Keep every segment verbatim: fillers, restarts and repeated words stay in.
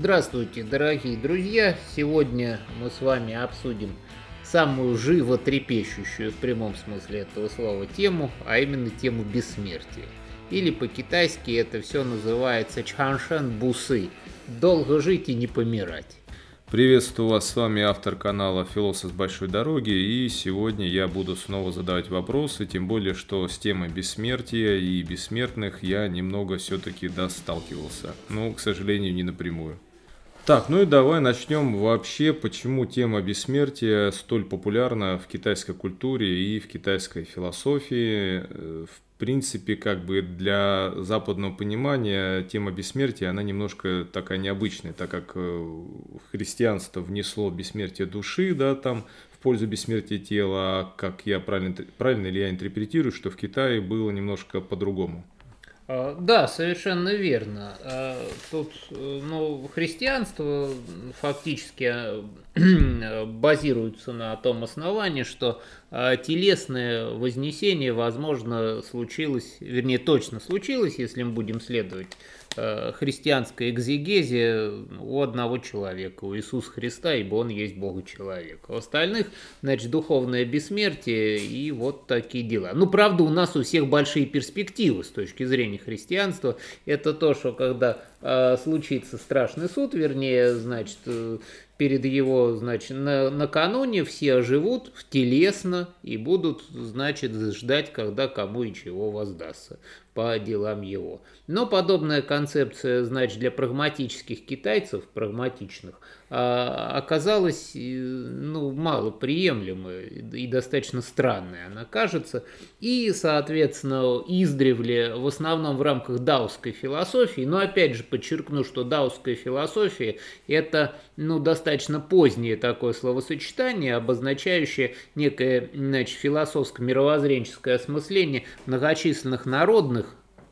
Здравствуйте, дорогие друзья! Сегодня мы с вами обсудим самую животрепещущую в прямом смысле этого слова тему, а именно тему бессмертия. Или по-китайски это все называется чаншэн бусы – долго жить и не помирать. Приветствую вас, с вами автор канала Философ с большой дороги, и сегодня я буду снова задавать вопросы, тем более, что с темой бессмертия и бессмертных я немного все-таки да, сталкивался, но, к сожалению, не напрямую. Так, ну и давай начнем вообще, почему тема бессмертия столь популярна в китайской культуре и в китайской философии. В принципе, как бы для западного понимания тема бессмертия, она немножко такая необычная, так как христианство внесло бессмертие души, да, там, в пользу бессмертия тела, а как я правильно, правильно ли я интерпретирую, что в Китае было немножко по-другому. Да, совершенно верно. Тут, ну, христианство фактически базируется на том основании, что телесное вознесение, возможно, случилось, вернее, точно случилось, если мы будем следовать христианской экзегезе, у одного человека, у Иисуса Христа, ибо Он есть Бога-человек. У остальных, значит, духовное бессмертие и вот такие дела. Ну, правда, у нас у всех большие перспективы с точки зрения христианства. Это то, что когда э, случится страшный суд, вернее, значит, э, перед его, значит, на, накануне все оживут телесно и будут, значит, ждать, когда кому и чего воздастся по делам его. Но подобная концепция, значит, для прагматических китайцев, прагматичных, оказалась, ну, малоприемлемой и достаточно странной, она кажется. И, соответственно, издревле, в основном в рамках даосской философии, но опять же подчеркну, что даосская философия – это, ну, достаточно позднее такое словосочетание, обозначающее некое, значит, философско-мировоззренческое осмысление многочисленных народных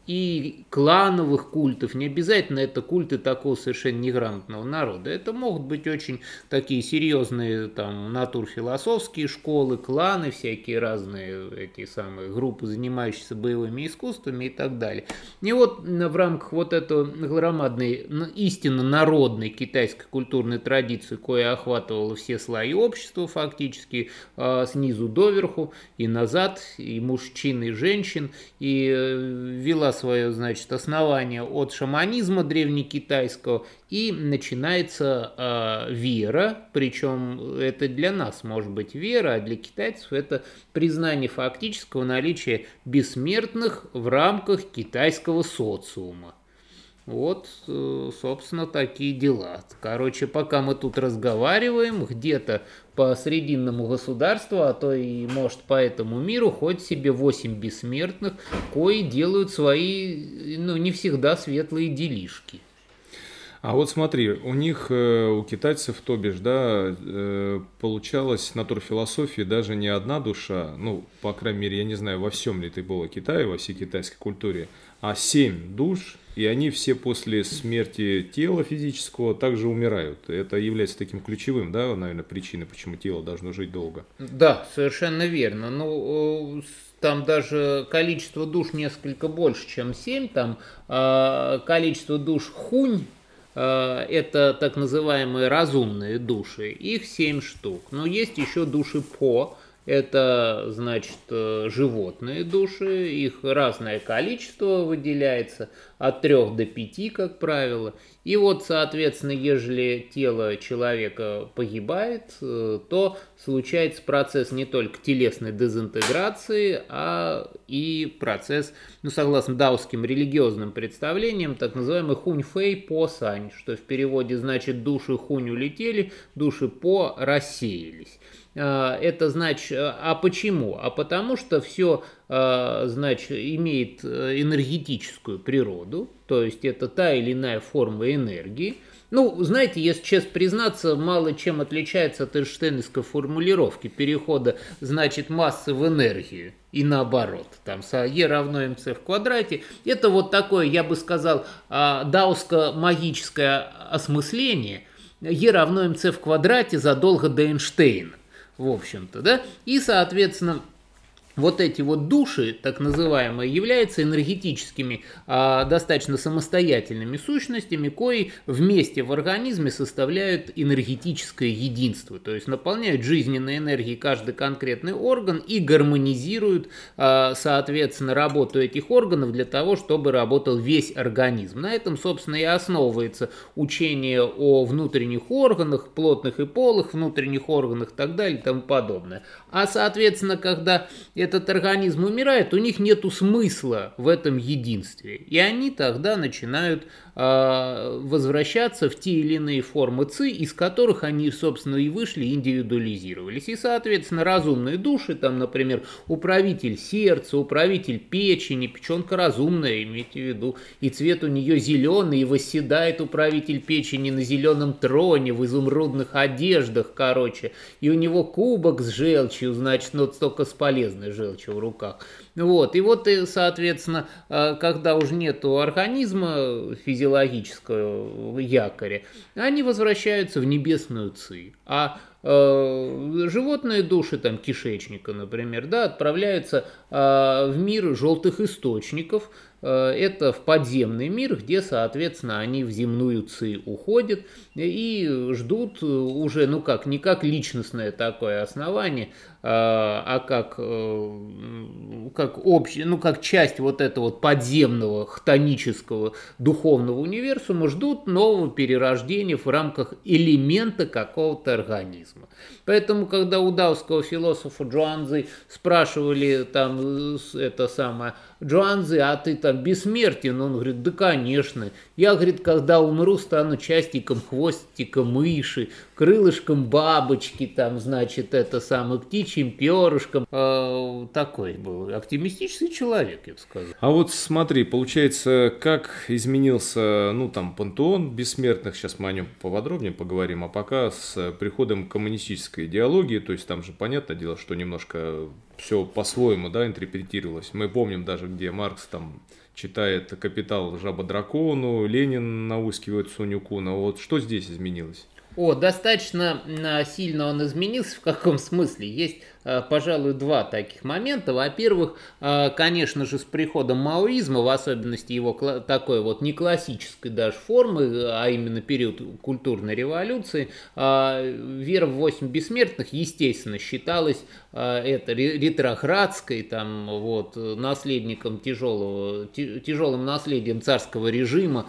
и клановых культов. Не обязательно это культы такого совершенно неграмотного народа. Это могут быть очень такие серьезные там натурфилософские школы, кланы, всякие разные эти самые группы, занимающиеся боевыми искусствами и так далее. И вот в рамках вот этой громадной, истинно народной китайской культурной традиции, кое охватывала все слои общества фактически, снизу доверху и назад, и мужчин, и женщин, и вела свое, значит, основание от шаманизма древнекитайского, и начинается э, вера, причем это для нас может быть вера, а для китайцев это признание фактического наличия бессмертных в рамках китайского социума. Вот, собственно, такие дела. Короче, пока мы тут разговариваем, где-то по срединному государству, а то и, может, по этому миру, хоть себе восемь бессмертных, кои делают свои, ну, не всегда светлые делишки. А вот смотри, у них, у китайцев, то бишь, да, получалось натурфилософии даже не одна душа, ну, по крайней мере, я не знаю, во всем ли это было Китае, во всей китайской культуре, а семь душ, и они все после смерти тела физического также умирают. Это является таким ключевым, да, наверное, причиной, почему тело должно жить долго. Да, совершенно верно. Ну, там даже количество душ несколько больше, чем семь, там количество душ хунь, это так называемые разумные души, их семь штук. Но есть еще души по, это, значит, животные души, их разное количество выделяется, от трех до пяти, как правило. И вот, соответственно, ежели тело человека погибает, то случается процесс не только телесной дезинтеграции, а и процесс, ну, согласно даосским религиозным представлениям, так называемый хунь-фэй по-сань, что в переводе значит «души хунь улетели, души по рассеялись». Это значит, а почему? А потому что все, значит, имеет энергетическую природу, то есть это та или иная форма энергии. Ну, знаете, если честно признаться, мало чем отличается от эйнштейновской формулировки перехода, значит, массы в энергию и наоборот. Там Е равно МЦ в квадрате. Это вот такое, я бы сказал, даоско-магическое осмысление. Е равно МЦ в квадрате задолго до Эйнштейна. В общем-то, да, и, соответственно, вот эти вот души, так называемые, являются энергетическими, а, достаточно самостоятельными сущностями, кои вместе в организме составляют энергетическое единство, то есть наполняют жизненной энергией каждый конкретный орган и гармонизируют, а, соответственно, работу этих органов для того, чтобы работал весь организм. На этом, собственно, и основывается учение о внутренних органах, плотных и полых внутренних органах и так далее и тому подобное. А, соответственно, когда этот организм умирает, у них нету смысла в этом единстве. И они тогда начинают э, возвращаться в те или иные формы ци, из которых они, собственно, и вышли, индивидуализировались. И, соответственно, разумные души, там, например, управитель сердца, управитель печени, печенка разумная, имейте в виду, и цвет у нее зеленый, и восседает управитель печени на зеленом троне, в изумрудных одеждах, короче, и у него кубок с желчью, значит, ну, только с полезной желчью в руках. Вот, и вот, и, соответственно, когда уже нету организма физиологического якоря, они возвращаются в небесную ци. А э, животные души, там, кишечника, например, да, отправляются э, в мир желтых источников. Это в подземный мир, где, соответственно, они в земную ци уходят и ждут уже, ну как, не как личностное такое основание, а как, как общее, ну как часть вот этого вот подземного хтонического духовного универсума, ждут нового перерождения в рамках элемента какого-то организма. Поэтому, когда у даосского философа Джуанцзы спрашивали там это самое, Джуанцзы, а ты там бессмертен? Он говорит, да конечно. Я, говорит, когда умру, стану частиком хвостика мыши, крылышком бабочки, там, значит, это самое, птичьим перышком. Э, такой был оптимистический человек, я бы сказал. А вот смотри, получается, как изменился, ну, там, пантеон бессмертных, сейчас мы о нем поподробнее поговорим, а пока с приходом коммунистической идеологии, то есть там же понятное дело, что немножко все по-своему, да, интерпретировалось. Мы помним даже, где Маркс там читает «Капитал жаба-дракону», Ленин наускивает Сунь-Уку, но вот что здесь изменилось? О, достаточно сильно он изменился. В каком смысле? Есть, пожалуй, два таких момента. Во-первых, конечно же, с приходом маоизма, в особенности его такой вот не классической даже формы, а именно период культурной революции, вера в восемь бессмертных, естественно, считалась это ретроградской, там, вот, наследником тяжелого, тяжелым наследием царского режима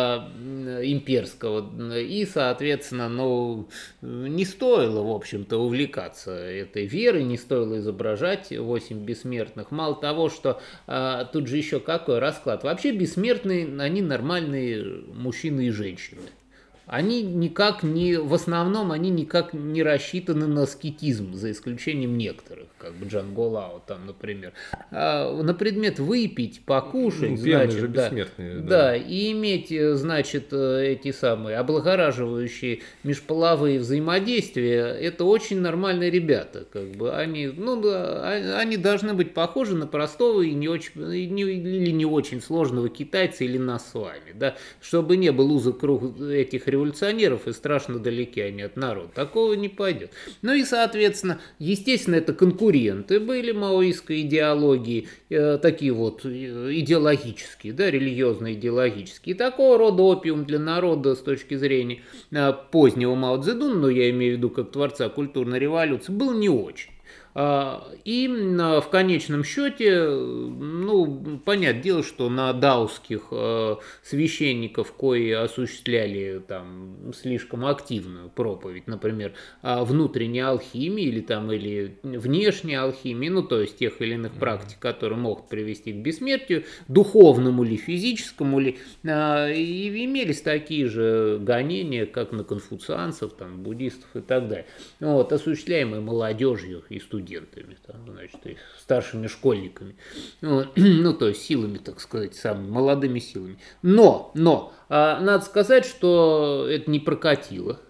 имперского. И, соответственно, но не стоило, в общем-то, увлекаться этой верой, не стоило изображать восемь бессмертных. Мало того, что а, тут же еще какой расклад. Вообще бессмертные, они нормальные мужчины и женщины. Они никак не, в основном, они никак не рассчитаны на аскетизм, за исключением некоторых, как бы Джанго Лао, там, например. А, на предмет выпить, покушать, ну, значит, же да, бессмертные, да, да, и иметь, значит, эти самые облагораживающие межполовые взаимодействия, это очень нормальные ребята, как бы, они, ну, да, они должны быть похожи на простого и не очень, не, или не очень сложного китайца или нас с вами, да, чтобы не был узок круг этих революционеров и страшно далеки они от народа. Такого не пойдет. Ну и, соответственно, естественно, это конкуренты были маоистской идеологии, э, такие вот идеологические, да, религиозно-идеологические. И такого рода опиум для народа с точки зрения э, позднего Мао Цзэдуна, но я имею в виду как творца культурной революции, был не очень. И в конечном счете, ну, понятное дело, что на даосских священников, кои осуществляли там слишком активную проповедь, например, внутренней алхимии или там или внешней алхимии, ну, то есть тех или иных практик, которые могут привести к бессмертию, духовному или физическому ли, и имелись такие же гонения, как на конфуцианцев, там, буддистов и так далее, вот, осуществляемые молодежью и студентами. Там, значит, и старшими школьниками, ну, то есть силами, так сказать, самыми молодыми силами. Но, но, надо сказать, что это не прокатило,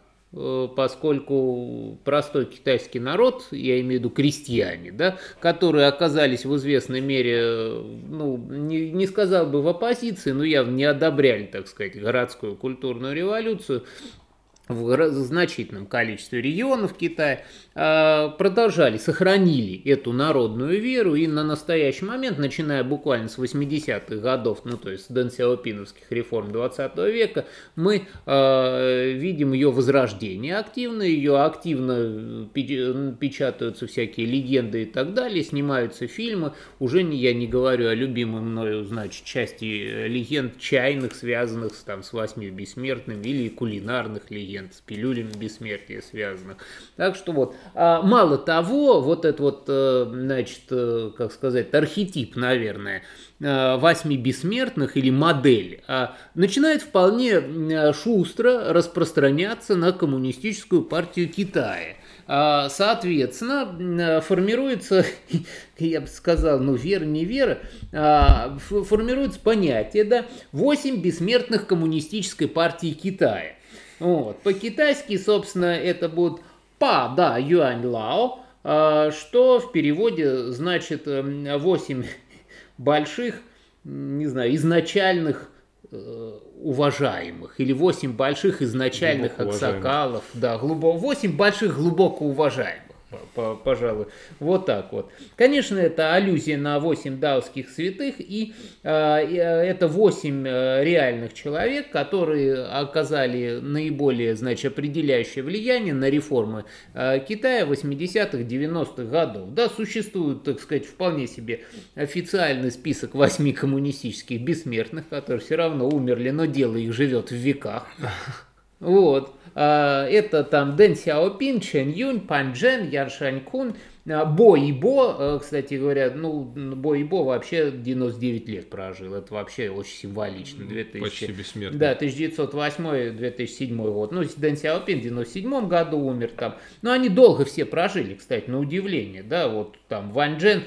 поскольку простой китайский народ, я имею в виду крестьяне, да, которые оказались в известной мере, ну, не, не сказал бы в оппозиции, но явно не одобряли, так сказать, городскую культурную революцию, в значительном количестве регионов Китая продолжали, сохранили эту народную веру, и на настоящий момент, начиная буквально с восьмидесятых годов, ну то есть с дэн сяопиновских реформ двадцатого века, мы э, видим ее возрождение активно, ее активно печатаются всякие легенды и так далее, снимаются фильмы, уже не, я не говорю о любимой мною, значит, части легенд чайных, связанных с, там, с восьми бессмертными, или кулинарных легенд, с пилюлями бессмертия связанных. Так что вот, а мало того, вот этот вот, значит, как сказать, архетип, наверное, восьми бессмертных или модель начинает вполне шустро распространяться на коммунистическую партию Китая. Соответственно, формируется, я бы сказал, ну, вера, не вера, формируется понятие, да, восемь бессмертных коммунистической партии Китая. Вот. По-китайски, собственно, это будет Па, да, Юань Лао, что в переводе значит восемь больших, не знаю, изначальных уважаемых, или восемь больших изначальных аксакалов, да, глубоко, восемь больших глубоко уважаемых. Пожалуй, вот так вот. Конечно, это аллюзия на восемь даосских святых, и э, это восемь реальных человек, которые оказали наиболее, значит, определяющее влияние на реформы э, Китая восьмидесятых, девяностых годов. Да, существует, так сказать, вполне себе официальный список восьми коммунистических бессмертных, которые все равно умерли, но дело их живет в веках. Вот. Это там Дэн Сяопин, Чен Юнь, Пан Чжэн, Ян Шанькун, Бо Ибо, кстати говоря, ну, Бо Ибо вообще девяносто девять лет прожил, это вообще очень символично. две тысячи, почти бессмертный. Да, тысяча девятьсот восьмой — две тысячи седьмой год. Ну, Дэн Сяопин в девяносто седьмом году умер там. Но они долго все прожили, кстати, на удивление, да, вот там Ван Чжэн,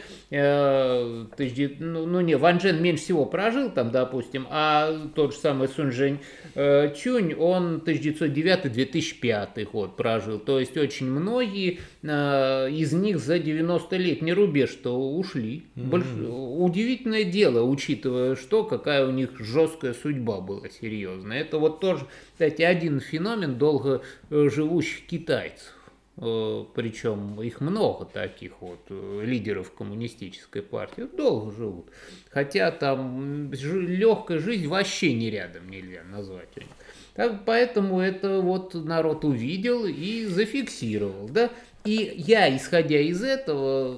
э, тысяч, ну, ну не, Ван Чжэн меньше всего прожил там, допустим, а тот же самый Сун Жень э, Чунь, он тысяча девятьсот девятый — две тысячи пятый год прожил, то есть очень многие э, из них за девяностолетний рубеж, что ушли. Mm-hmm. Больш... Удивительное дело, учитывая, что какая у них жесткая судьба была серьезная. Это вот тоже, кстати, один феномен долго живущих китайцев. Причем их много таких вот лидеров коммунистической партии. Долго живут. Хотя там легкая жизнь вообще не рядом нельзя назвать у них. Так, поэтому это вот народ увидел и зафиксировал, да. И я, исходя из этого,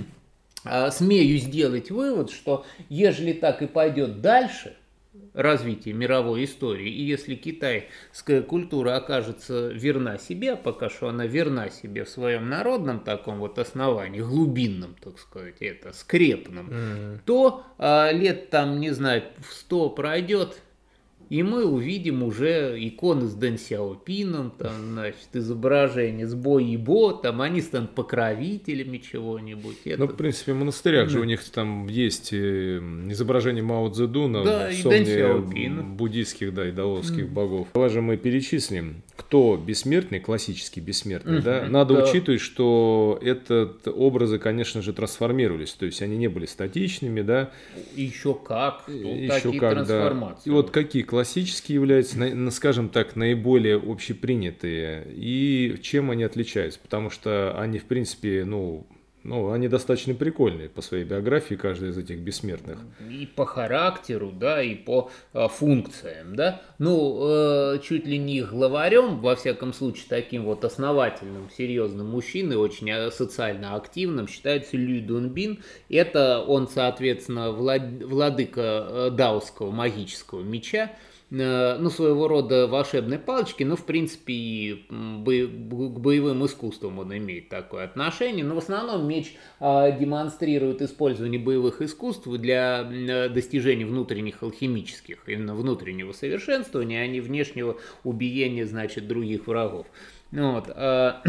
смею сделать вывод, что ежели так и пойдет дальше развитие мировой истории, и если китайская культура окажется верна себе, пока что она верна себе в своем народном таком вот основании, глубинном, так сказать, это, скрепном, mm-hmm. то а, лет там, не знаю, в сто пройдет, и мы увидим уже иконы с Дэн Сяопином, там, значит, изображения с Бо Ибо, там они станут покровителями чего-нибудь. Это... Ну, в принципе, в монастырях mm. же у них там есть изображение Мао Цзэдуна, да, и Дэн Сяопина, буддийских, да, и даосских mm. богов. Давай же мы перечислим, кто бессмертный, классический бессмертный, mm-hmm. да? Надо да. учитывать, что этот образы, конечно же, трансформировались, то есть они не были статичными, да? Еще как, Еще такие как, трансформации. Да. И вот какие классические являются, скажем так, наиболее общепринятые, и чем они отличаются, потому что они, в принципе, ну, ну, они достаточно прикольные по своей биографии, каждый из этих бессмертных. И по характеру, да, и по э, функциям, да. Ну, э, чуть ли не главарем, во всяком случае, таким вот основательным, серьезным мужчиной, очень социально активным, считается Лю Дунбин. Это он, соответственно, влад... владыка даосского магического меча, ну, своего рода волшебной палочки, но, в принципе, и бо- к боевым искусствам он имеет такое отношение, но в основном меч а, демонстрирует использование боевых искусств для достижения внутренних алхимических, именно внутреннего совершенствования, а не внешнего убиения, значит, других врагов. Вот. А,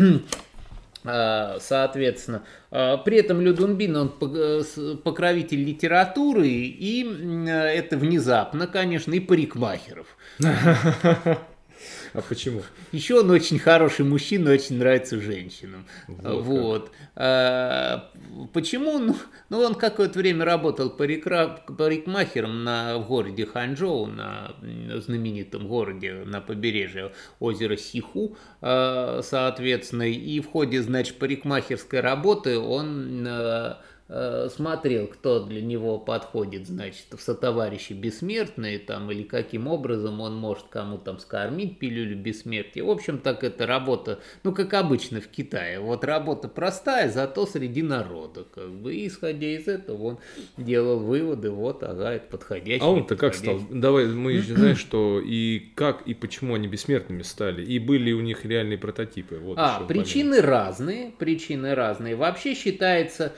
Соответственно, при этом Лю Дунбин, он покровитель литературы, и это внезапно, конечно, и парикмахеров. А почему? Еще он очень хороший мужчина, очень нравится женщинам. Вот. вот. А, почему? Ну, ну, он какое-то время работал парикра... парикмахером на, в городе Ханчжоу, на знаменитом городе на побережье озера Сиху, соответственно. И в ходе, значит, парикмахерской работы он смотрел, кто для него подходит, значит, в сотоварищи бессмертные, там, или каким образом он может кому там скормить пилюлю бессмертия. В общем, так это работа, ну, как обычно в Китае. Вот работа простая, зато среди народа, как бы. И, исходя из этого, он делал выводы, вот, ага, это подходящий. А он-то как стал? Давай, мы же знаем, что и как, и почему они бессмертными стали, и были у них реальные прототипы. Вот а, причины разные, причины разные. Вообще считается...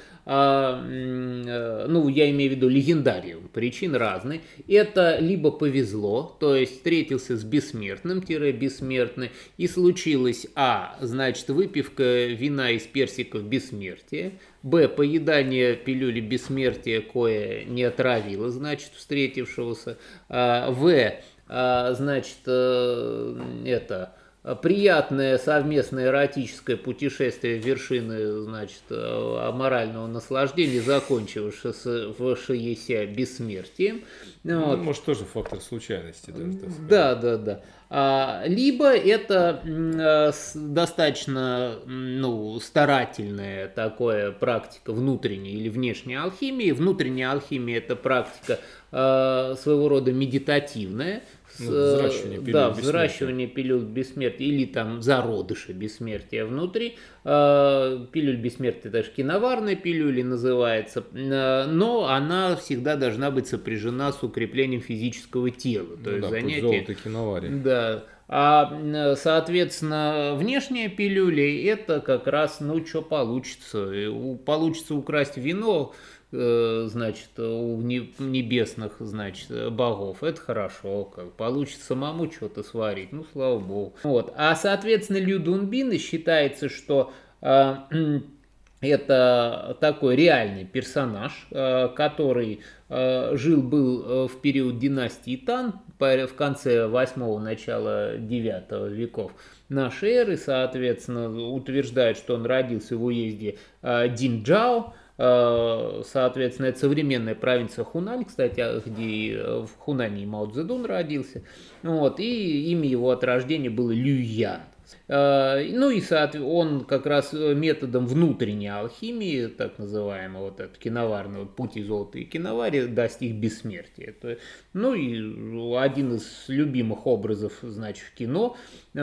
ну, я имею в виду легендариум, причин разные. Это либо повезло, то есть встретился с бессмертным-бессмертный, и случилось, а, значит, выпивка вина из персиков бессмертия, б, поедание пилюли бессмертия, кое не отравило, значит, встретившегося, а, в, а, значит, это... приятное совместное эротическое путешествие в вершины, значит, аморального наслаждения, закончившееся бессмертием. Ну, вот. Может, тоже фактор случайности. Даже, да, да, да. А, либо это а, с, достаточно ну, старательная такая практика внутренней или внешней алхимии. Внутренняя алхимия – это практика а, своего рода медитативная. Ну, взращивание пилюль да, бессмертия. взращивание пилюль бессмертия или там зародыши бессмертия внутри. Э, пилюль бессмертия даже киноварной пилюли называется, э, но она всегда должна быть сопряжена с укреплением физического тела. То ну есть да, занятие. золото киноваре. Да. А, соответственно, внешние пилюли это как раз, ну, что получится. Получится украсть вино, значит, у небесных, значит, богов, это хорошо, как получится самому что-то сварить, ну, слава богу. Вот. А, соответственно, Лю Дунбин считается, что э, это такой реальный персонаж, э, который э, жил-был в период династии Тан, в конце восьмого, начала девятого веков нашей эры, соответственно, утверждает, что он родился в уезде э, Динджао. Соответственно, это современная провинция Хунань, кстати, где в Хунане Мао Цзэдун родился. Вот, и имя его от рождения было Люян. Ну и он как раз методом внутренней алхимии, так называемого вот этого киноварного пути золота и киновари, достиг бессмертия. Ну и один из любимых образов, значит, в кино,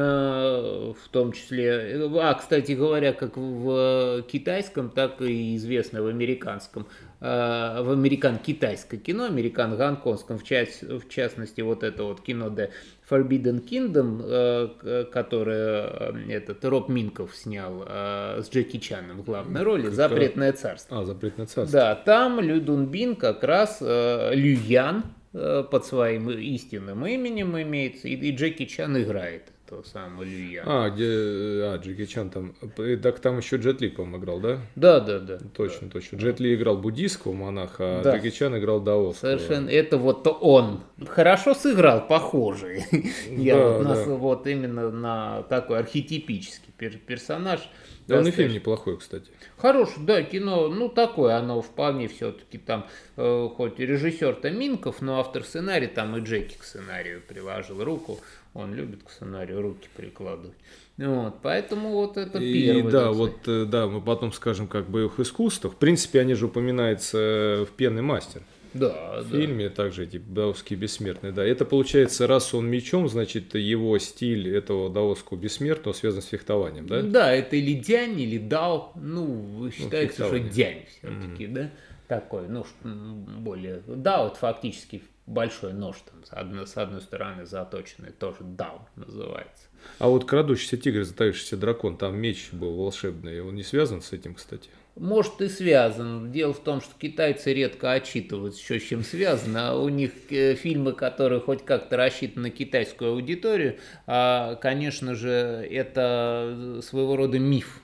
в том числе, а, кстати говоря, как в китайском, так и известно в американском, в американ-китайское кино, американ-гонконгском, в, част, в частности, вот это вот кино The Forbidden Kingdom, которое этот Роб Минков снял с Джеки Чаном в главной роли, как «Запретное царство». А, «Запретное царство». Да, там Лю Дунбин как раз Люян под своим истинным именем имеется, и, и Джеки Чан играет того самого Люяна. А, где а, Джеки Чан там, так там еще Джет Ли, по-моему, играл, да? Да, да, да. Точно, да. точно. Джет Ли играл буддийского монаха, а да. Джеки Чан играл даосского. Совершенно, это вот он хорошо сыграл, похожий. Я да, вот, да. Нас, вот именно на такой архетипический пер персонаж. Да, он и фильм неплохой, кстати. Хороший, да, кино, ну такое, оно вполне все-таки там, э, хоть режиссер-то Минков, но автор сценария там и Джеки к сценарию приложил руку, он любит к сценарию руки прикладывать. Вот, поэтому вот это и, первый. Да, вот, да, мы потом скажем как бы их искусствах. В принципе, они же упоминаются в «Пенный мастер». Да, в да. фильме также эти даосские бессмертные, да. Это получается, раз он мечом, значит, его стиль этого даосского бессмертного связан с фехтованием, да? Да, это или дянь, или дао, ну, считается, ну, что дянь все-таки, mm-hmm. да, такой, ну, более, дао это фактически большой нож, там, с одной, с одной стороны заточенный, тоже дао называется. А вот крадущийся тигр, затаившийся дракон, там меч был волшебный, он не связан с этим, кстати? Может и связан. Дело в том, что китайцы редко отчитываются, что с чем связано. А у них фильмы, которые хоть как-то рассчитаны на китайскую аудиторию, конечно же, это своего рода миф.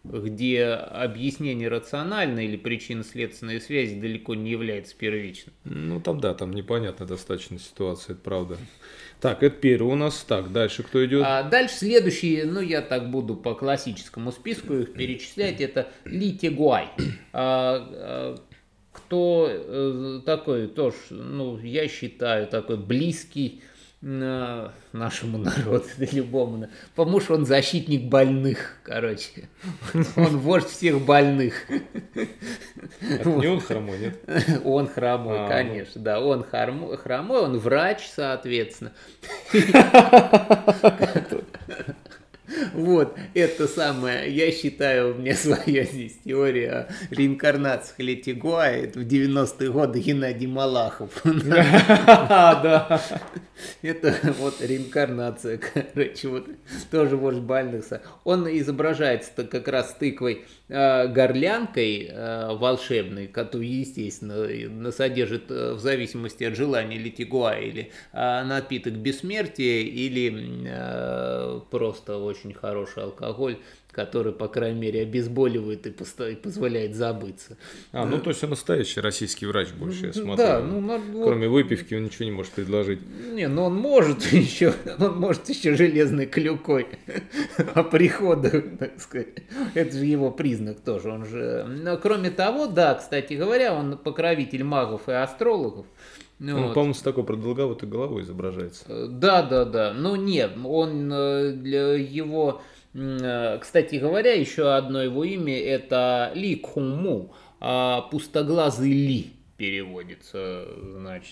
где объяснение рациональной или причинно-следственной связи далеко не является первичным. Ну, там, да, там непонятная достаточно ситуация, это правда. Так, это первый у нас. Так, дальше кто идет? А дальше следующие, ну, я так буду по классическому списку их перечислять, это Ли Тегуай. А, а, кто э, такой тоже, ну, я считаю, такой близкий э, нашему народу, да любому, потому что он защитник больных, короче. Он вождь всех больных. Это не он хромой, нет? Он хромой, А, конечно, ну. Да, он хромой, он врач, соответственно. Вот, это самое, я считаю, у меня своя здесь теория о реинкарнациях Ли Тегуая, это в девяностые годы Геннадий Малахов. Да. Это вот реинкарнация, короче, вот тоже вождь больных. Он изображается как раз тыквой горлянкой волшебной, которую, естественно, содержит в зависимости от желания Ли Тегуая или напиток бессмертия, или просто очень хороший алкоголь, который, по крайней мере, обезболивает и позволяет забыться. А, ну то есть он настоящий российский врач больше, я смотрю. Да, ну, кроме вот, выпивки он ничего не может предложить. Не, ну он может еще, он может еще железной клюкой оприходовать, так сказать. Это же его признак тоже. Он же... Но кроме того, да, кстати говоря, он покровитель магов и астрологов. Ну, он, вот. По-моему, с такой продолговатой головой изображается. Да, да, да. Ну, нет, он для его... Кстати говоря, еще одно его имя это Ли Кунму, пустоглазый Ли переводится, значит,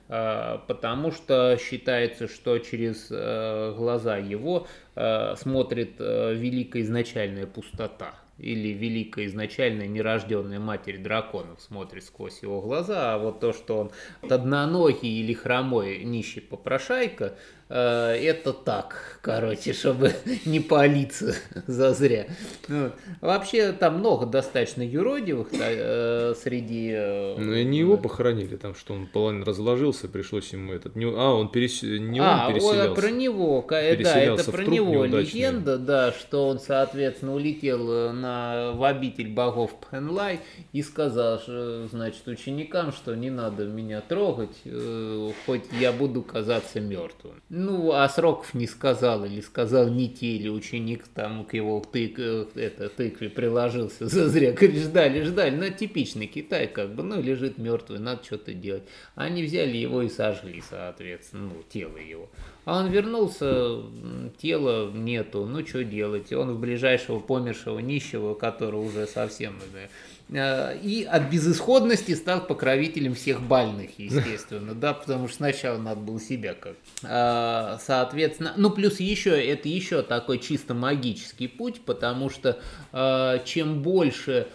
потому что считается, что через глаза его смотрит великая изначальная пустота. Или великая изначальная нерожденная матерь драконов смотрит сквозь его глаза, а вот то, что он одноногий или хромой нищий попрошайка, это так, короче, чтобы не палиться зазря. Ну, вообще там много достаточно юродивых э, среди... Э, ну и не его похоронили, там что он половин разложился, пришлось ему этот... Не, а, он перес... не а, он переселялся. А, про него, да, это про него легенда, да, что он, соответственно, улетел на, в обитель богов Пхенлай и сказал, что, значит, ученикам, что не надо меня трогать, э, хоть я буду казаться мертвым. Ну, а сроков не сказал, или сказал не те, или ученик там к его тык, это, тыкве приложился зазря. Говорит, ждали, ждали. Ну, типичный Китай, как бы, ну, лежит мертвый, надо что-то делать. Они взяли его и сожгли, соответственно, ну, тело его. А он вернулся, тела нету, ну, что делать? Он в ближайшего помершего нищего, который уже совсем... Да, и от безысходности стал покровителем всех больных, естественно, да, потому что сначала надо было себя как. Соответственно, ну, плюс еще, это еще такой чисто магический путь, потому что чем больше...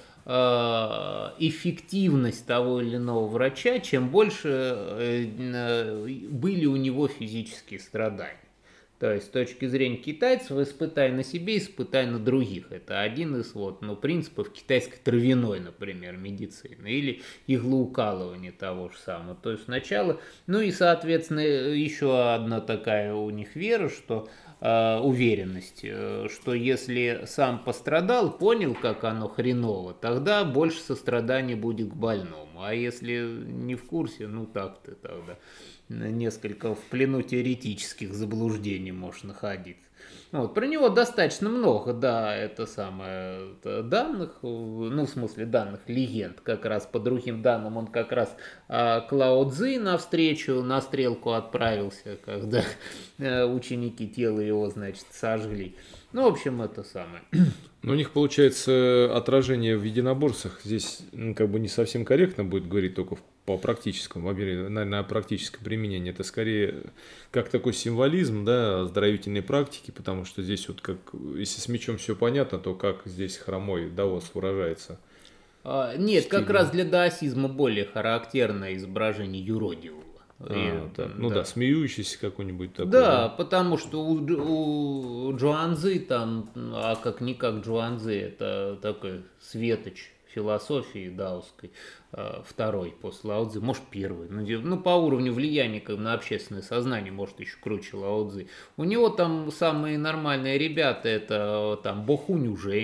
эффективность того или иного врача, чем больше были у него физические страдания. То есть, с точки зрения китайцев, испытай на себе, испытай на других. Это один из вот, ну, принципов китайской травяной, например, медицины. Или иглоукалывания того же самого. То есть, сначала... Ну и, соответственно, еще одна такая у них вера, что... уверенность, что если сам пострадал, понял, как оно хреново, тогда больше сострадания будет к больному. А если не в курсе, ну так ты тогда несколько в плену теоретических заблуждений можешь находиться. Вот, про него достаточно много, да, это самое, данных, ну, в смысле данных, легенд, как раз по другим данным он как раз а, к Лао Цзи навстречу на стрелку отправился, когда а, ученики тела его, значит, сожгли. Ну, в общем, это самое. Ну, у них, получается, отражение в единоборствах здесь, ну, как бы не совсем корректно будет говорить только по практическому, наверное, о практическом применении. Это скорее как такой символизм, да, оздоровительной практики, потому что здесь вот как, если с мечом все понятно, то как здесь хромой даос выражается? А, нет, стиль. Как раз для даосизма более характерное изображение юродивого. А, и, да. Ну да, да, смеющийся какой-нибудь такой. Да, да, потому что у, у Джуанцзы там, а как-никак Джуанцзы, это такой светоч философии даосской, второй после Лао Цзи, может первый, ну по уровню влияния как на общественное сознание, может еще круче Лао Цзи. У него там самые нормальные ребята, это там Бохунь Жень,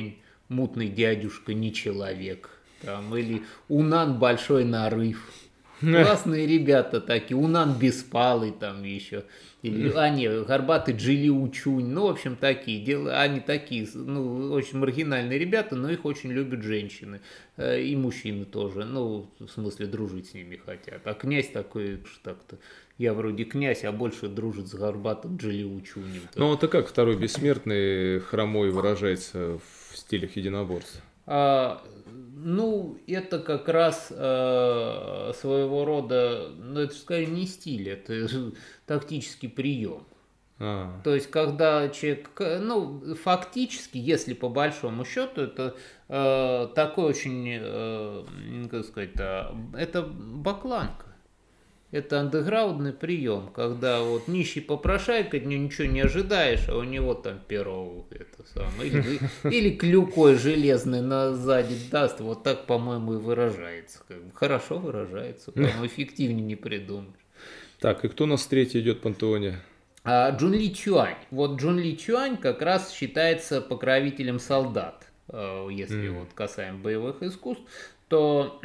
мутный дядюшка не человек, там, или Унан большой нарыв. Классные ребята такие, Унан Беспалый там еще, или, а не, Горбатый Джили Учунь, ну, в общем, такие, дела, они такие, ну, очень маргинальные ребята, но их очень любят женщины, и мужчины тоже, ну, в смысле, дружить с ними хотят, а князь такой, что так-то, я вроде князь, а больше дружит с Горбатым Джили Учунем. Ну, это как второй бессмертный хромой выражается в стилях единоборств? А, ну, это как раз а, своего рода, ну, это, скорее, не стиль, это тактический прием. А. То есть, когда человек, ну, фактически, если по большому счету, это э, такой очень, э, как сказать, это бакланка. Это андеграундный прием, когда вот нищий попрошайка, от него ничего не ожидаешь, а у него там перо это самое, или, или клюкой железной на сзади даст, вот так, по-моему, и выражается. Как бы хорошо выражается, по-моему, эффективнее не придумаешь. Так, и кто у нас третий идет в пантеоне? А, Джун Ли Чуань. Вот Джун Ли Чуань как раз считается покровителем солдат, если mm. вот касаемо боевых искусств. То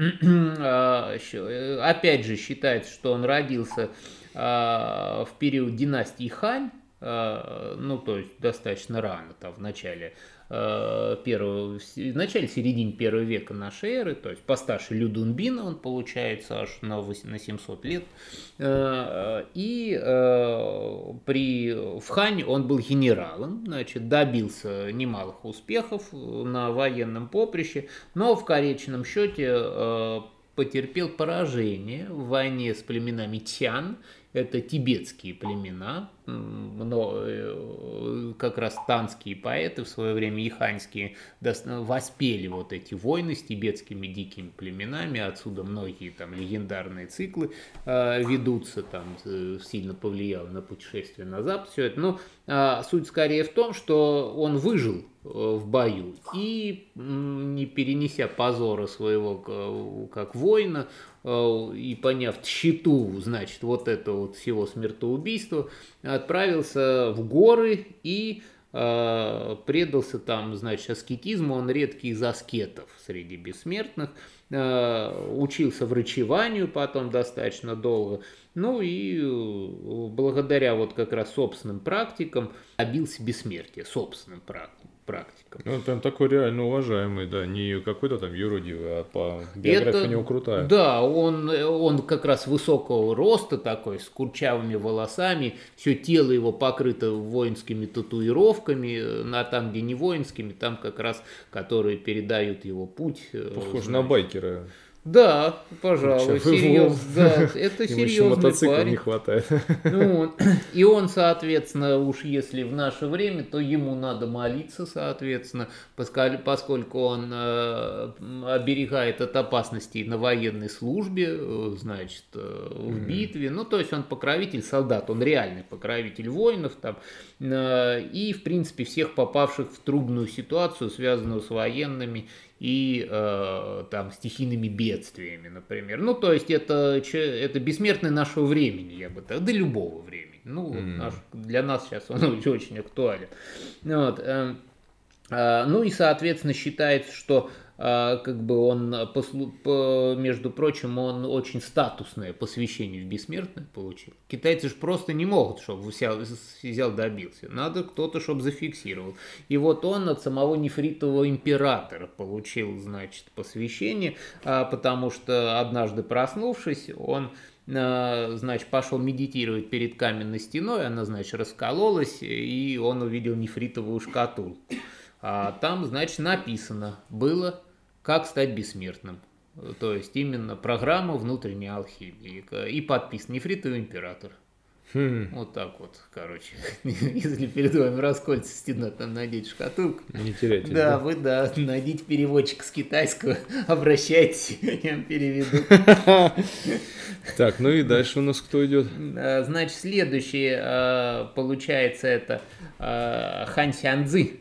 опять же считается, что он родился в период династии Хань, ну то есть достаточно рано, там в начале первого, в начале середине первого века нашей эры, то есть постарше Лю Дунбина он получается аж на, на семьсот лет, и при, в Хань он был генералом, значит, добился немалых успехов на военном поприще, но в конечном счете потерпел поражение в войне с племенами Тян. Это тибетские племена, но как раз танские поэты в свое время, иханьские, воспели вот эти войны с тибетскими дикими племенами, отсюда многие там легендарные циклы э, ведутся, там сильно повлияло на путешествие на запад все это. Но э, суть скорее в том, что он выжил в бою и, не перенеся позора своего как воина, и поняв тщету, значит, вот это вот всего смертоубийства, отправился в горы и э, предался там, значит, аскетизму. Он редкий из аскетов среди бессмертных, э, учился врачеванию потом достаточно долго, ну и э, благодаря вот как раз собственным практикам добился бессмертия, собственным практикам. практикам. Ну, прям такой реально уважаемый, да, не какой-то там юродивый, а по биографии Это, у него крутая. Да, он, он как раз высокого роста такой, с курчавыми волосами, все тело его покрыто воинскими татуировками, а там, где не воинскими, там как раз, которые передают его путь. Похоже на байкера. Да, пожалуй, серьезно, да, это серьезный мотоцикла парень. Не хватает. Ну, и он, соответственно, уж если в наше время, то ему надо молиться, соответственно, поскольку он э, оберегает от опасностей на военной службе, значит, в битве. Ну, то есть он покровитель солдат, он реальный покровитель воинов там, э, и, в принципе, всех попавших в трудную ситуацию, связанную с военными и э, там стихийными бедствиями, например. Ну, то есть это, это бессмертный нашего времени, я бы так, да любого времени. Ну, mm. наш, для нас сейчас он очень, очень актуален. Вот, э, э, ну и, соответственно, считается, что э, как бы он, послу, по, между прочим, он очень статусное посвящение в бессмертное получил. Китайцы же просто не могут, чтобы взял, взял добился. Надо кто-то, чтобы зафиксировал. И вот он от самого нефритового императора получил, значит, посвящение, потому что однажды проснувшись, он, значит, пошел медитировать перед каменной стеной, она, значит, раскололась, и он увидел нефритовую шкатулку. А там, значит, написано было, как стать бессмертным. То есть именно программа внутренней алхимии. И подпис «Нефритовый император». Хм. Вот так вот, короче. Если перед вами расколется стена, там найдите шкатулку. Не теряйте. Да, да, вы, да, найдите переводчик с китайского, обращайтесь, я вам переведу. Так, ну и дальше у нас кто идет? Значит, следующее, получается, это Хан Сянцзы.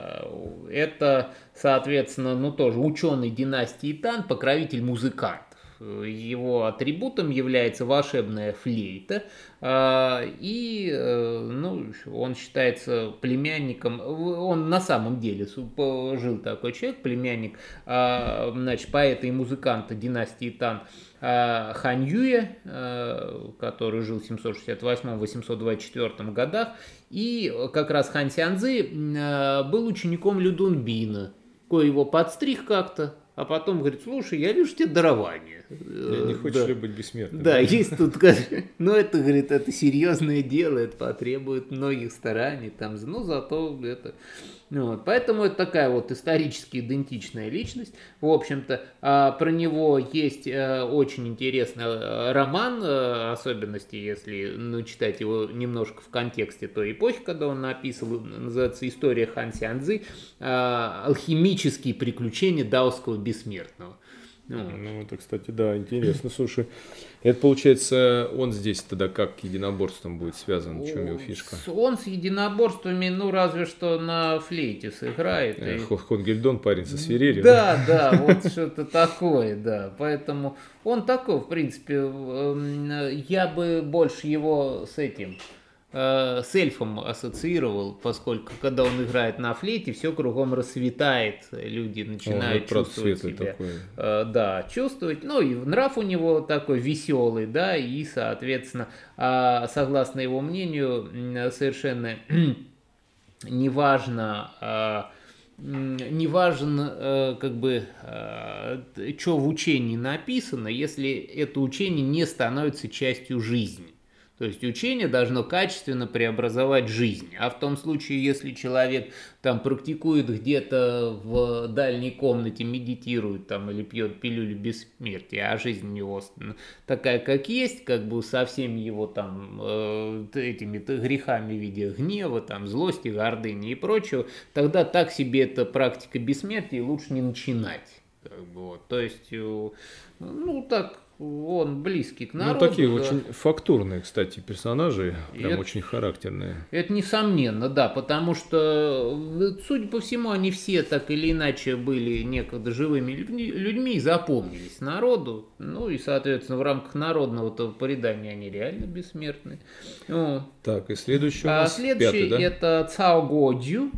Это, соответственно, ну тоже ученый династии Тан, покровитель музыкантов. его атрибутом является волшебная флейта, и ну, он считается племянником, он на самом деле жил такой человек, племянник, значит, поэта и музыканта династии Тан Хань Юя, который жил в семьсот шестьдесят восьмом — восемьсот двадцать четвёртом годах, и как раз Хан Сянцзы был учеником Лю Дунбина, кое его подстриг как-то, а потом говорит: слушай, я вижу тебе дарование. Не хочешь да. ли быть бессмертным? Да, есть тут, ну это, говорит, это серьезное дело, это потребует многих стараний, там, ну зато это... Вот, поэтому это такая вот исторически идентичная личность. В общем-то, про него есть очень интересный роман, особенности, если ну, читать его немножко в контексте той эпохи, когда он написал, называется «История Хан Сянцзы. Алхимические приключения даосского бессмертного». Ну, ну, это, кстати, да, интересно. Слушай, это получается, он здесь тогда как к единоборствам будет связан? В чем его фишка? Он с единоборствами, ну, разве что на флейте сыграет. Э, и... Хонгельдон парень со свирелью. Да, да, да, вот что-то такое, да. Поэтому он такой, в принципе, я бы больше его с этим... с эльфом ассоциировал, поскольку когда он играет на флейте, все кругом расцветает, люди начинают О, чувствовать себя, такой. да, чувствовать, ну и нрав у него такой веселый, да, и, соответственно, согласно его мнению, совершенно неважно, не важен, как бы, что в учении написано, если это учение не становится частью жизни. То есть учение должно качественно преобразовать жизнь. А в том случае, если человек там практикует где-то в дальней комнате, медитирует там или пьет пилюлю бессмертия, а жизнь у него такая, как есть, как бы со всеми его там э, этими грехами в виде гнева, там, злости, гордыни и прочего, тогда так себе эта практика бессмертия лучше не начинать. Как бы, вот. То есть, э, ну так... Он близкий к народу. Ну, такие да. очень фактурные, кстати, персонажи, прям это, очень характерные. Это несомненно, да, потому что, судя по всему, они все так или иначе были некогда живыми людьми и запомнились народу. Ну и, соответственно, в рамках народного предания они реально бессмертны. Вот. Так, и следующий у нас а следующий пятый, да? это Цао Годзю,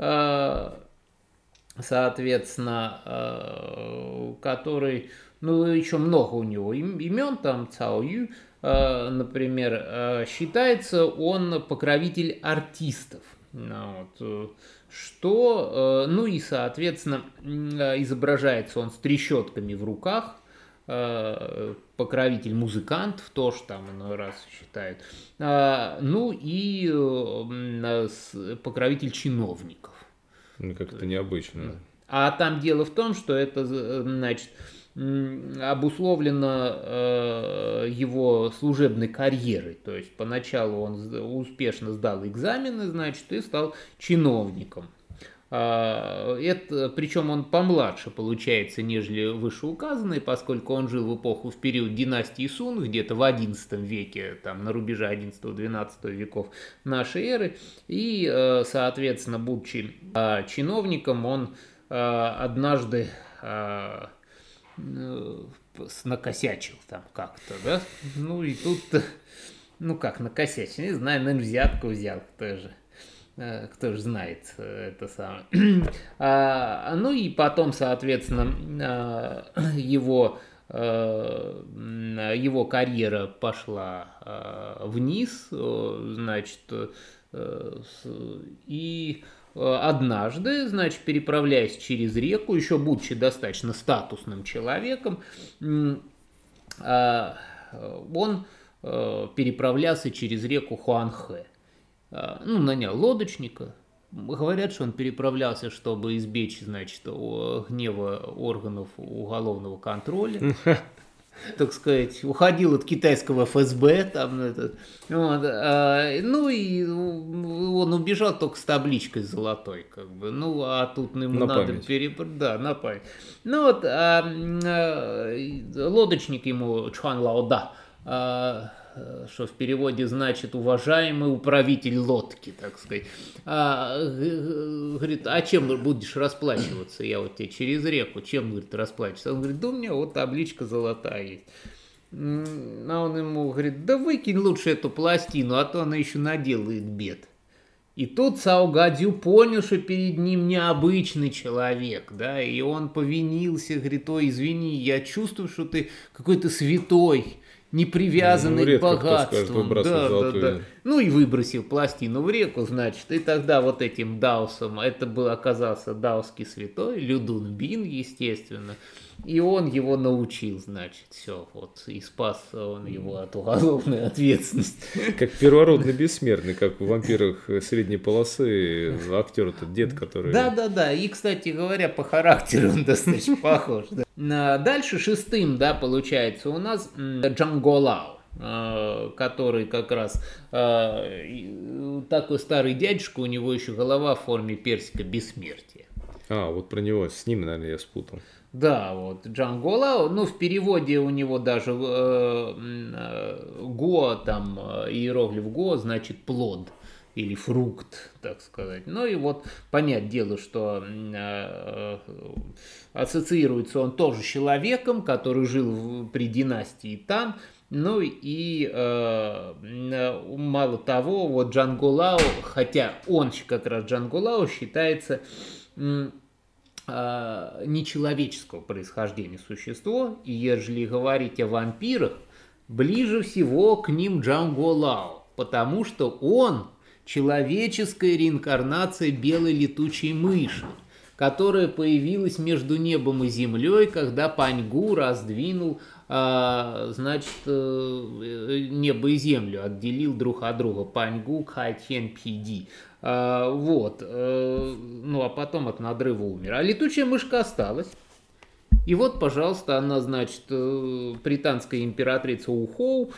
соответственно, который... Ну, еще много у него имен, там Цао Ю, например, считается он покровитель артистов. Вот. Что, ну и, соответственно, изображается он с трещотками в руках, покровитель музыкантов, тоже там иной раз считают, ну и покровитель чиновников. Ну, как-то необычно. А там дело в том, что это, значит, обусловлено э, его служебной карьерой. То есть поначалу он успешно сдал экзамены, значит, и стал чиновником. А, это, причем он помладше получается, нежели вышеуказанный, поскольку он жил в эпоху, в период династии Сун, где-то в одиннадцатом веке, там, на рубеже одиннадцатого-двенадцатого веков нашей эры. И, э, соответственно, будучи э, чиновником, он э, однажды... Э, накосячил там как-то, да, ну и тут, ну как накосячил, не знаю, наверное, взятку взял, кто же, кто же знает это самое. А, ну и потом, соответственно, его, его карьера пошла вниз, значит, и... Однажды, значит, переправляясь через реку, еще будучи достаточно статусным человеком, он переправлялся через реку Хуанхэ. Ну, нанял лодочника. Говорят, что он переправлялся, чтобы избечь, значит, гнева органов уголовного контроля. Так сказать, уходил от китайского эф эс бэ, там, этот, вот, а, ну и он убежал только с табличкой золотой, как бы, ну, а тут ему на надо переправить, да, на память. Ну вот, а, а, лодочник ему Чуан Лао Да а, что в переводе значит уважаемый управитель лодки, так сказать. А, говорит, а чем будешь расплачиваться? Я вот тебе через реку, чем, говорит, расплачиваться? Он говорит, да у меня вот табличка золотая есть. А он ему говорит, да выкинь лучше эту пластину, а то она еще наделает бед. И тут Цао Гадзю понял, что перед ним необычный человек, да, и он повинился, говорит, ой, извини, я чувствую, что ты какой-то святой, не привязанный ну, к богатству. Да, да, да. Ну и выбросил пластину в реку, значит, и тогда вот этим даосом, это был, оказался даосский святой, Лю Дун Бин, естественно, и он его научил, значит, все, вот, и спас он его от уголовной ответственности. Как первородный бессмертный, как в «Вампирах средней полосы» актер этот дед, который... Да-да-да, и, кстати говоря, по характеру он достаточно похож. Да. Дальше шестым, да, получается, у нас Джанго Лао, который как раз такой старый дядюшка, у него еще голова в форме персика бессмертия. А, вот про него, с ним, наверное, я спутал. Да, вот Джанго Лао, ну в переводе у него даже э, э, Го, там иероглиф Го значит плод или фрукт, так сказать. Ну и вот понять дело, что э, ассоциируется он тоже с человеком, который жил в, при династии Тан. Ну и э, мало того, вот Джанго Лао, хотя он как раз Джанго Лао считается э, нечеловеческого происхождения существо, и ежели говорить о вампирах, ближе всего к ним Джанго Лао, потому что он человеческая реинкарнация белой летучей мыши, которая появилась между небом и землей, когда Паньгу раздвинул, а, значит, небо и землю, отделил друг от друга. Паньгу Кайтен Пиди. А, вот. Ну, а потом от надрыва умер. А летучая мышка осталась. И вот, пожалуйста, она, значит, британская императрица Ухоу,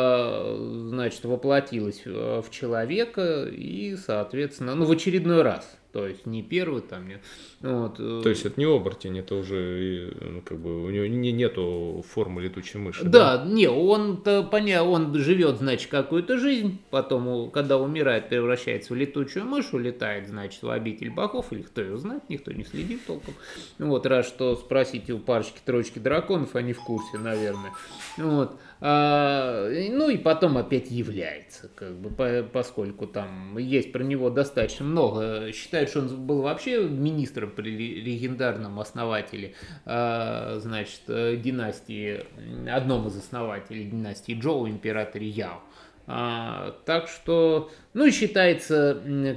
значит, воплотилась в человека и, соответственно, ну, в очередной раз. То есть не первый там, нет. Вот. То есть это не оборотень, это уже ну, как бы у него не, нету формы летучей мыши. Да, да? не, он-то понятно, он живет, значит, какую-то жизнь, потом, когда умирает, превращается в летучую мышь, улетает, значит, в обитель богов, или кто его знает, никто не следит толком. Вот, раз что спросите у парочки-троечки драконов, они в курсе, наверное. Вот. А, ну и потом опять является, как бы, по, поскольку там есть про него достаточно много. Считают, что он был вообще министром при легендарном основателе, а, значит, династии, одном из основателей династии Джоу, императоре Яо. А, так что, ну и считается,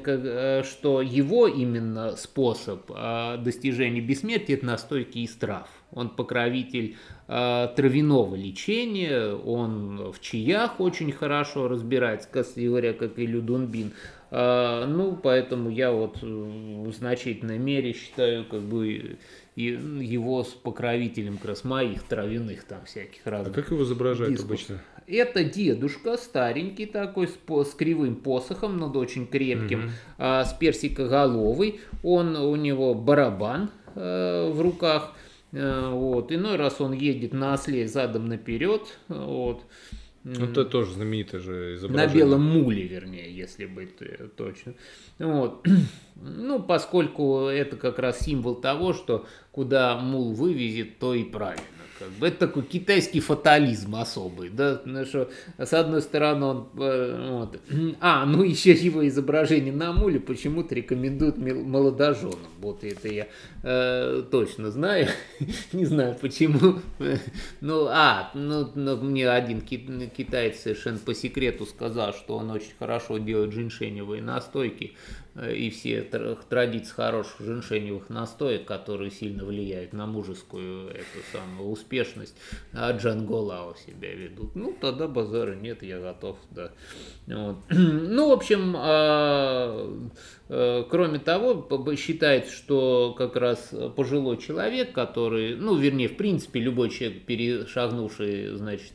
что его именно способ а, достижения бессмертия – это настойки из трав. Он покровитель э, травяного лечения, он в чаях очень хорошо разбирается, кстати говоря, как и Лю Дун Бин. Э, ну, поэтому я вот в значительной мере считаю, как бы, его с покровителем как раз моих травяных там всяких разных. А как его изображают дисков. Обычно? Это дедушка, старенький такой, с, с кривым посохом, но очень крепким, угу. э, с персикоголовый. Он, у него барабан э, в руках. Вот. Иной раз он едет на осле задом наперед. Вот. Ну, это тоже знаменитое же изображение. На белом муле, вернее, если быть точно. Вот. Ну, поскольку это как раз символ того, что куда мул вывезет, то и правильно. Как бы. Это такой китайский фатализм особый, да, ну, что с одной стороны он, вот. А, ну еще его изображение на муле почему-то рекомендуют молодоженам, вот это я э, точно знаю, не знаю почему, ну, а, ну, ну, мне один китаец совершенно по секрету сказал, что он очень хорошо делает женьшеневые настойки, и все традиции хороших женьшеневых настоек, которые сильно влияют на мужескую эту самую успешность, а Джанго Лао себя ведут. Ну, тогда базара нет, я готов, да. Вот. Ну, в общем, а, а, кроме того, считается, что как раз пожилой человек, который, ну, вернее, в принципе, любой человек, перешагнувший, значит,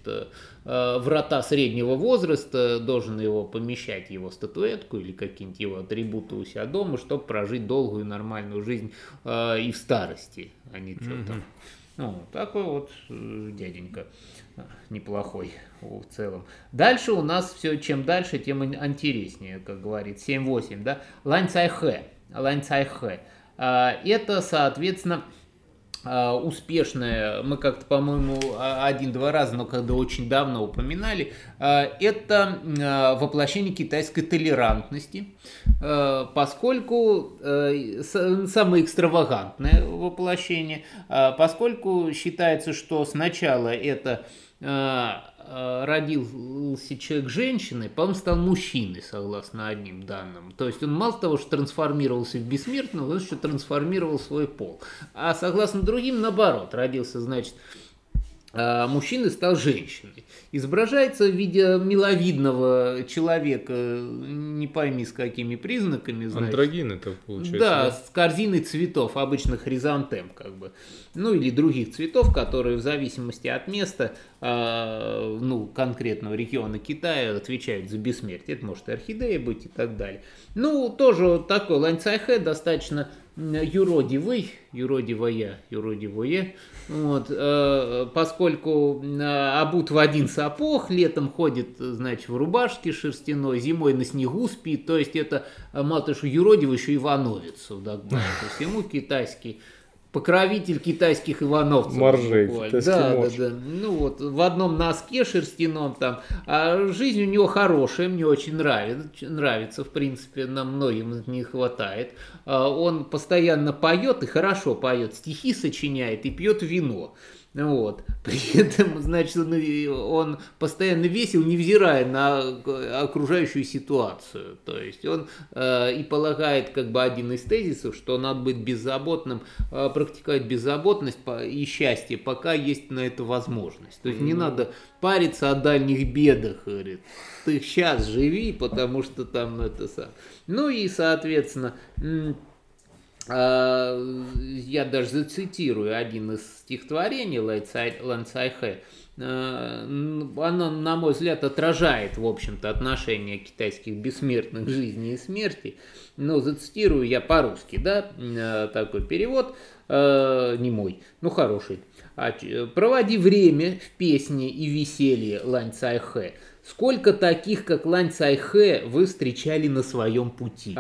врата среднего возраста, должен его помещать, его статуэтку или какие-нибудь его атрибуты у себя дома, чтобы прожить долгую нормальную жизнь э, и в старости, а не что mm-hmm. там. Ну, такой вот э, дяденька неплохой в целом. Дальше у нас все, чем дальше, тем интереснее, как говорит, семь-восемь, да, Лань Цайхэ, Лань Цайхэ. Это, соответственно, успешная, мы как-то, по-моему, один-два раза, но когда очень давно упоминали, это воплощение китайской толерантности, поскольку самое экстравагантное воплощение, поскольку считается, что сначала это родился человек женщиной, потом стал мужчиной, согласно одним данным. То есть он мало того, что трансформировался в бессмертного, он еще трансформировал свой пол. А согласно другим, наоборот, родился, значит, мужчиной, стал женщиной. Изображается в виде миловидного человека, не пойми с какими признаками. Значит. Андрогин это получается. Да, да, с корзиной цветов, обычных хризантем, как бы. Ну или других цветов, которые в зависимости от места, э, ну, конкретного региона Китая отвечают за бессмертие. Это может и орхидея быть и так далее. Ну, тоже вот такой Лань Цайхэ достаточно юродивый, юродивая, юродивое, вот, э, поскольку э, обут в один сапог, летом ходит, значит, в рубашке шерстяной, зимой на снегу спит, то есть это мало того, что юродивый, еще Ивановец, да, то есть ему китайский покровитель китайских ивановцев. Моржей, да, да, да. Ну вот, в одном носке шерстяном там. А жизнь у него хорошая, мне очень нравится, нравится, в принципе, нам многим не хватает. Он постоянно поет и хорошо поет, стихи сочиняет и пьет вино. Вот. При этом, значит, он, он постоянно весел, невзирая на окружающую ситуацию. То есть он э, и полагает, как бы, один из тезисов, что надо быть беззаботным, э, практиковать беззаботность и счастье, пока есть на это возможность. То есть mm-hmm. не надо париться о дальних бедах, говорит. Ты сейчас живи, потому что там это сам. Ну и, соответственно, я даже зацитирую один из стихотворений Лань Цайхэ. Оно, на мой взгляд, отражает, в общем-то, отношение китайских бессмертных к жизни и смерти. Но зацитирую я по-русски, да, такой перевод, не мой, ну хороший. «Проводи время в песне и веселье, Лань Цайхэ. Сколько таких, как Лань Цайхэ, вы встречали на своем пути?»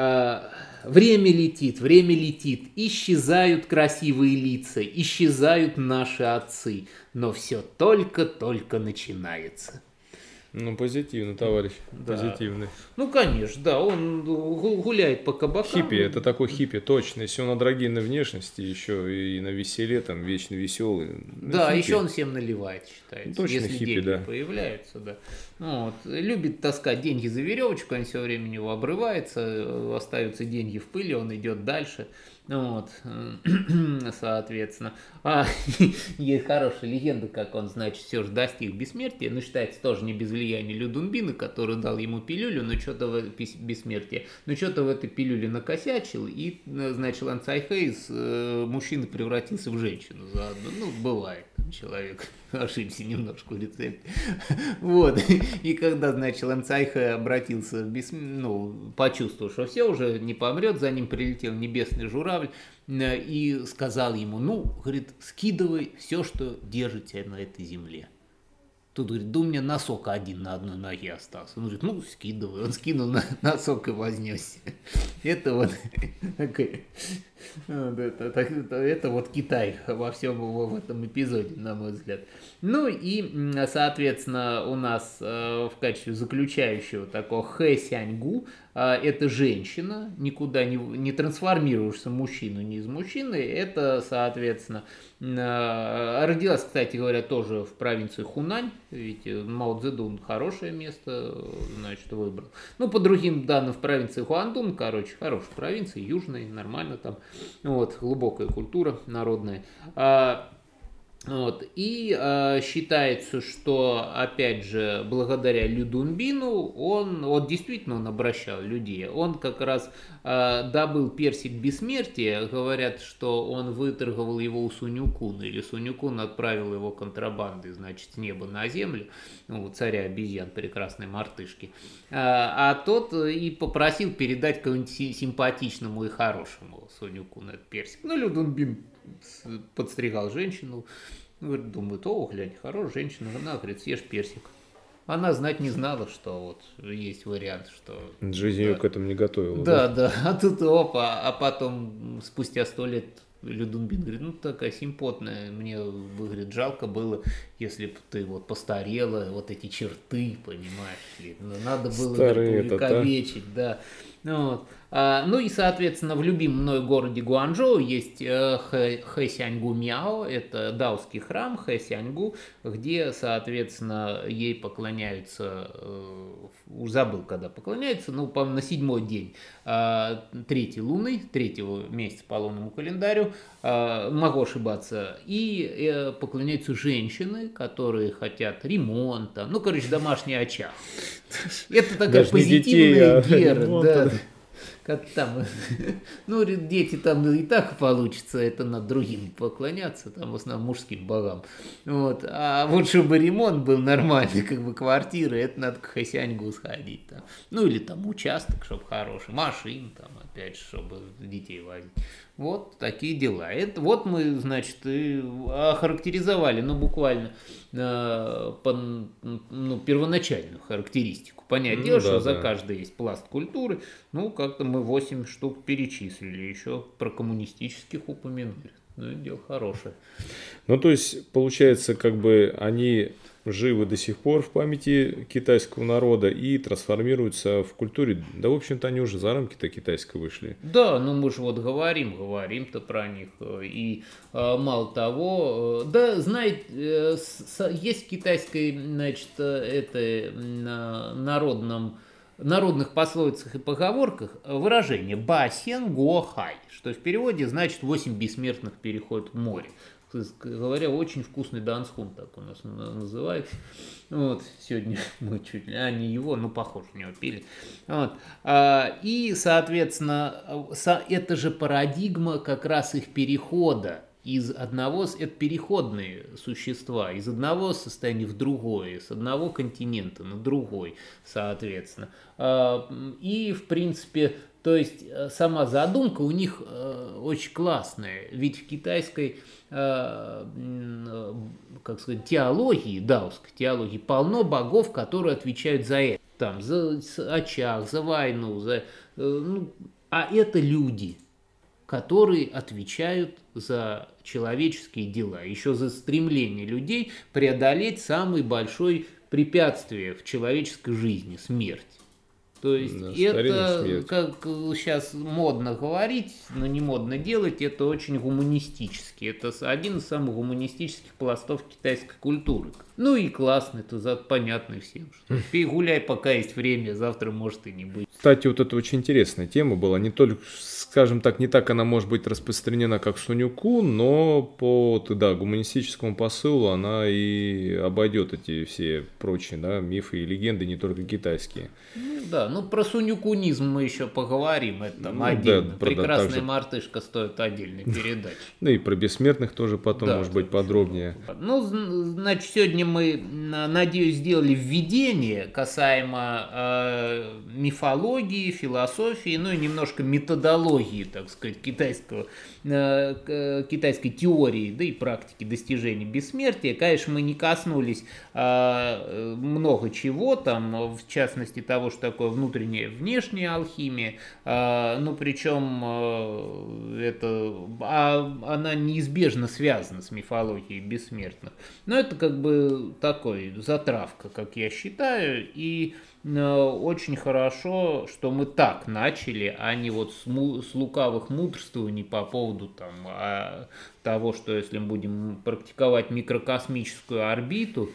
Время летит, время летит, исчезают красивые лица, исчезают наши отцы, но все только-только начинается. Ну, позитивно, товарищ, да. позитивный. Ну, конечно, да, он гуляет по кабакам. Хиппи, это такой хиппи, точно. Если он андрогинной внешности, еще и на веселе, там, вечно веселый. Да, хиппи. Еще он всем наливает, считается. Точно если хиппи, деньги да. появляются, да. Вот. Любит таскать деньги за веревочку, он все время у него обрывается, остаются деньги в пыли, он идет дальше. Вот, соответственно. А, есть хорошая легенда, как он, значит, все же достиг бессмертия, но считается тоже не без влияния Лю Дунбина, который дал ему пилюлю, но что-то в бессмертие, но что-то в этой пилюле накосячил, и, значит, Лань Цайхэ из э, мужчины превратился в женщину заодно. Ну, бывает, человек ошибся немножко в рецепте. Вот, и когда, значит, Лань Цайхэ обратился в бессмертие, ну, почувствовал, что все, уже не помрет, за ним прилетел небесный журавль, и сказал ему, ну, говорит, скидывай все, что держите на этой земле. Тут, говорит, да у меня носок один на одной ноге остался. Он говорит, ну, скидывай. Он скинул на носок и вознесся. Это вот такой, это, это, это вот Китай во всем в этом эпизоде, на мой взгляд. Ну и, соответственно, у нас в качестве заключающего такого Хэ Сяньгу, это женщина, никуда не, не трансформируешься в мужчину, не из мужчины. Это, соответственно, родилась, кстати говоря, тоже в провинции Хунань. Ведь Мао Цзэдун хорошее место, значит, выбрал. Ну, по другим данным, в провинции Хуандун, короче, хорошая провинция, южная, нормально там. Вот, глубокая культура народная. Вот. И э, считается, что, опять же, благодаря Лю Дунбину, он, вот действительно он обращал людей, он как раз э, добыл персик бессмертия, говорят, что он выторговал его у Сунь-Укуна, или Сунь-Укун отправил его контрабандой, значит, с неба на землю, ну, царя обезьян, прекрасной мартышки, а, а тот и попросил передать кому-нибудь симпатичному и хорошему Сунь-Укуну этот персик. Ну, Лю Дунбин подстригал женщину, говорит, думает, о, глянь, хорошая женщина, она, говорит, съешь персик. Она знать не знала, что вот есть вариант, что... Жизнь да, ее к этому не готовила. Да, да, а тут опа, а потом спустя сто лет Людунбин говорит, ну такая симпотная, мне, говорит, жалко было, если бы ты вот постарела, вот эти черты, понимаешь ли, надо было, говорит, увековечить, да. Ну, вот. А, ну и, соответственно, в любимом мной городе Гуанчжоу есть э, Хэ, Хэсяньгу Мяо, это даосский храм Хэсяньгу, где, соответственно, ей поклоняются, э, уж забыл, когда поклоняются, ну, по-моему, на седьмой день э, третьей луны, третьего месяца по лунному календарю, э, могу ошибаться, и э, поклоняются женщины, которые хотят ремонта, ну, короче, домашний очаг. Это такая даже позитивная детей, вера, а да. Как там, ну, дети там и так получится, это надо другим поклоняться, там в основном мужским богам. Вот. А вот чтобы ремонт был нормальный, как бы квартиры, это надо к Хэсяньгу сходить. Там. Ну, или там участок, чтобы хороший, машин, там, опять же, чтобы детей возить. Вот такие дела. Это, вот мы, значит, и охарактеризовали, ну, буквально э, по, ну, первоначальную характеристику. Понятное ну, дело, да, что да. за каждый есть пласт культуры. Ну, как-то мы восемь штук перечислили, еще про коммунистических упомянули. Ну, это дело хорошее. Ну, то есть, получается, как бы они живы до сих пор в памяти китайского народа и трансформируются в культуре. Да, в общем-то, они уже за рамки-то китайской вышли. Да, ну мы же вот говорим, говорим-то про них. И э, мало того, э, да, знаете, э, с, есть в китайской, значит, это, э, народном, народных пословицах и поговорках выражение «ба сен го хай», что в переводе значит «восемь бессмертных переходят в море». Говоря, очень вкусный дансхун, так у нас называется. Вот, сегодня мы чуть ли, а не его, но похоже, у него пили. Вот. И, соответственно, это же парадигма как раз их перехода из одного, это переходные существа, из одного состояния в другое, с одного континента на другой, соответственно. И, в принципе, то есть сама задумка у них очень классная, ведь в китайской как сказать, теологии, даосской теологии, полно богов, которые отвечают за это. Там, за очаг, за войну, за, ну, а это люди, которые отвечают за человеческие дела, еще за стремление людей преодолеть самое большое препятствие в человеческой жизни – смерть. То есть да, это, как сейчас модно говорить, но не модно делать, это очень гуманистически. Это один из самых гуманистических пластов китайской культуры. Ну и классно, это понятно всем. Что гуляй, пока есть время, завтра может и не быть. Кстати, вот это очень интересная тема была. Не только, скажем так, не так она может быть распространена, как Сунь-Кун, но по да, гуманистическому посылу она и обойдет эти все прочие да, мифы и легенды, не только китайские. Ну да, ну про сунь-кунизм мы еще поговорим, это там ну, отдельно. Да, прекрасная также... мартышка стоит отдельной передачи. Ну и про бессмертных тоже потом, да, может быть, подробнее. Ну, значит, сегодня мы, надеюсь, сделали введение касаемо э, мифологии, философии, ну и немножко методологии, так сказать, китайского, э, китайской теории, да и практики достижения бессмертия. Конечно, мы не коснулись э, много чего там, в частности того, что такое внутренняя и внешняя алхимия, э, ну причем э, это, а, она неизбежно связана с мифологией бессмертных. Но это как бы такой затравка, как я считаю, и э, очень хорошо, что мы так начали, а не вот с, му, с лукавых мудрствований по поводу там, а, того, что если мы будем практиковать микрокосмическую орбиту,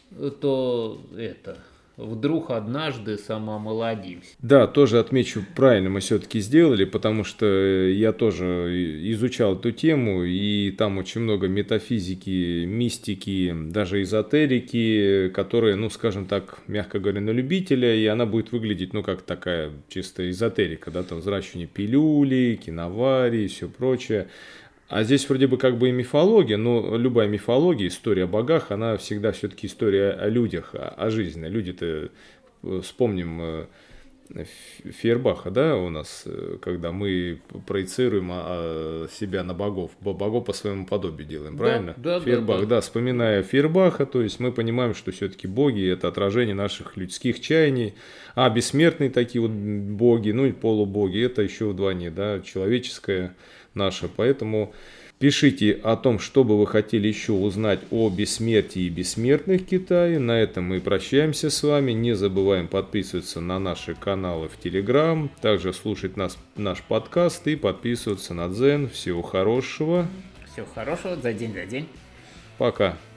то это... вдруг однажды самоомолодимся. Да, тоже отмечу, правильно мы все-таки сделали, потому что я тоже изучал эту тему, и там очень много метафизики, мистики, даже эзотерики, которые, ну, скажем так, мягко говоря, на любителя, и она будет выглядеть, ну, как такая чисто эзотерика, да, там взращивание пилюли, киноварий и все прочее. А здесь вроде бы как бы и мифология, но любая мифология, история о богах, она всегда все-таки история о людях, о, о жизни. Люди-то, вспомним Фейербаха, да, у нас, когда мы проецируем себя на богов, богов по своему подобию делаем, правильно? Да, да, Фейербах, да, да, вспоминая Фейербаха, то есть мы понимаем, что все-таки боги – это отражение наших людских чаяний, а бессмертные такие вот боги, ну и полубоги – это еще вдвойне, да, человеческое наше, поэтому… Пишите о том, что бы вы хотели еще узнать о бессмертии и бессмертных Китае. На этом мы прощаемся с вами. Не забываем подписываться на наши каналы в Телеграм, также слушать нас, наш подкаст и подписываться на Дзен. Всего хорошего. Всего хорошего. За день, за день. Пока.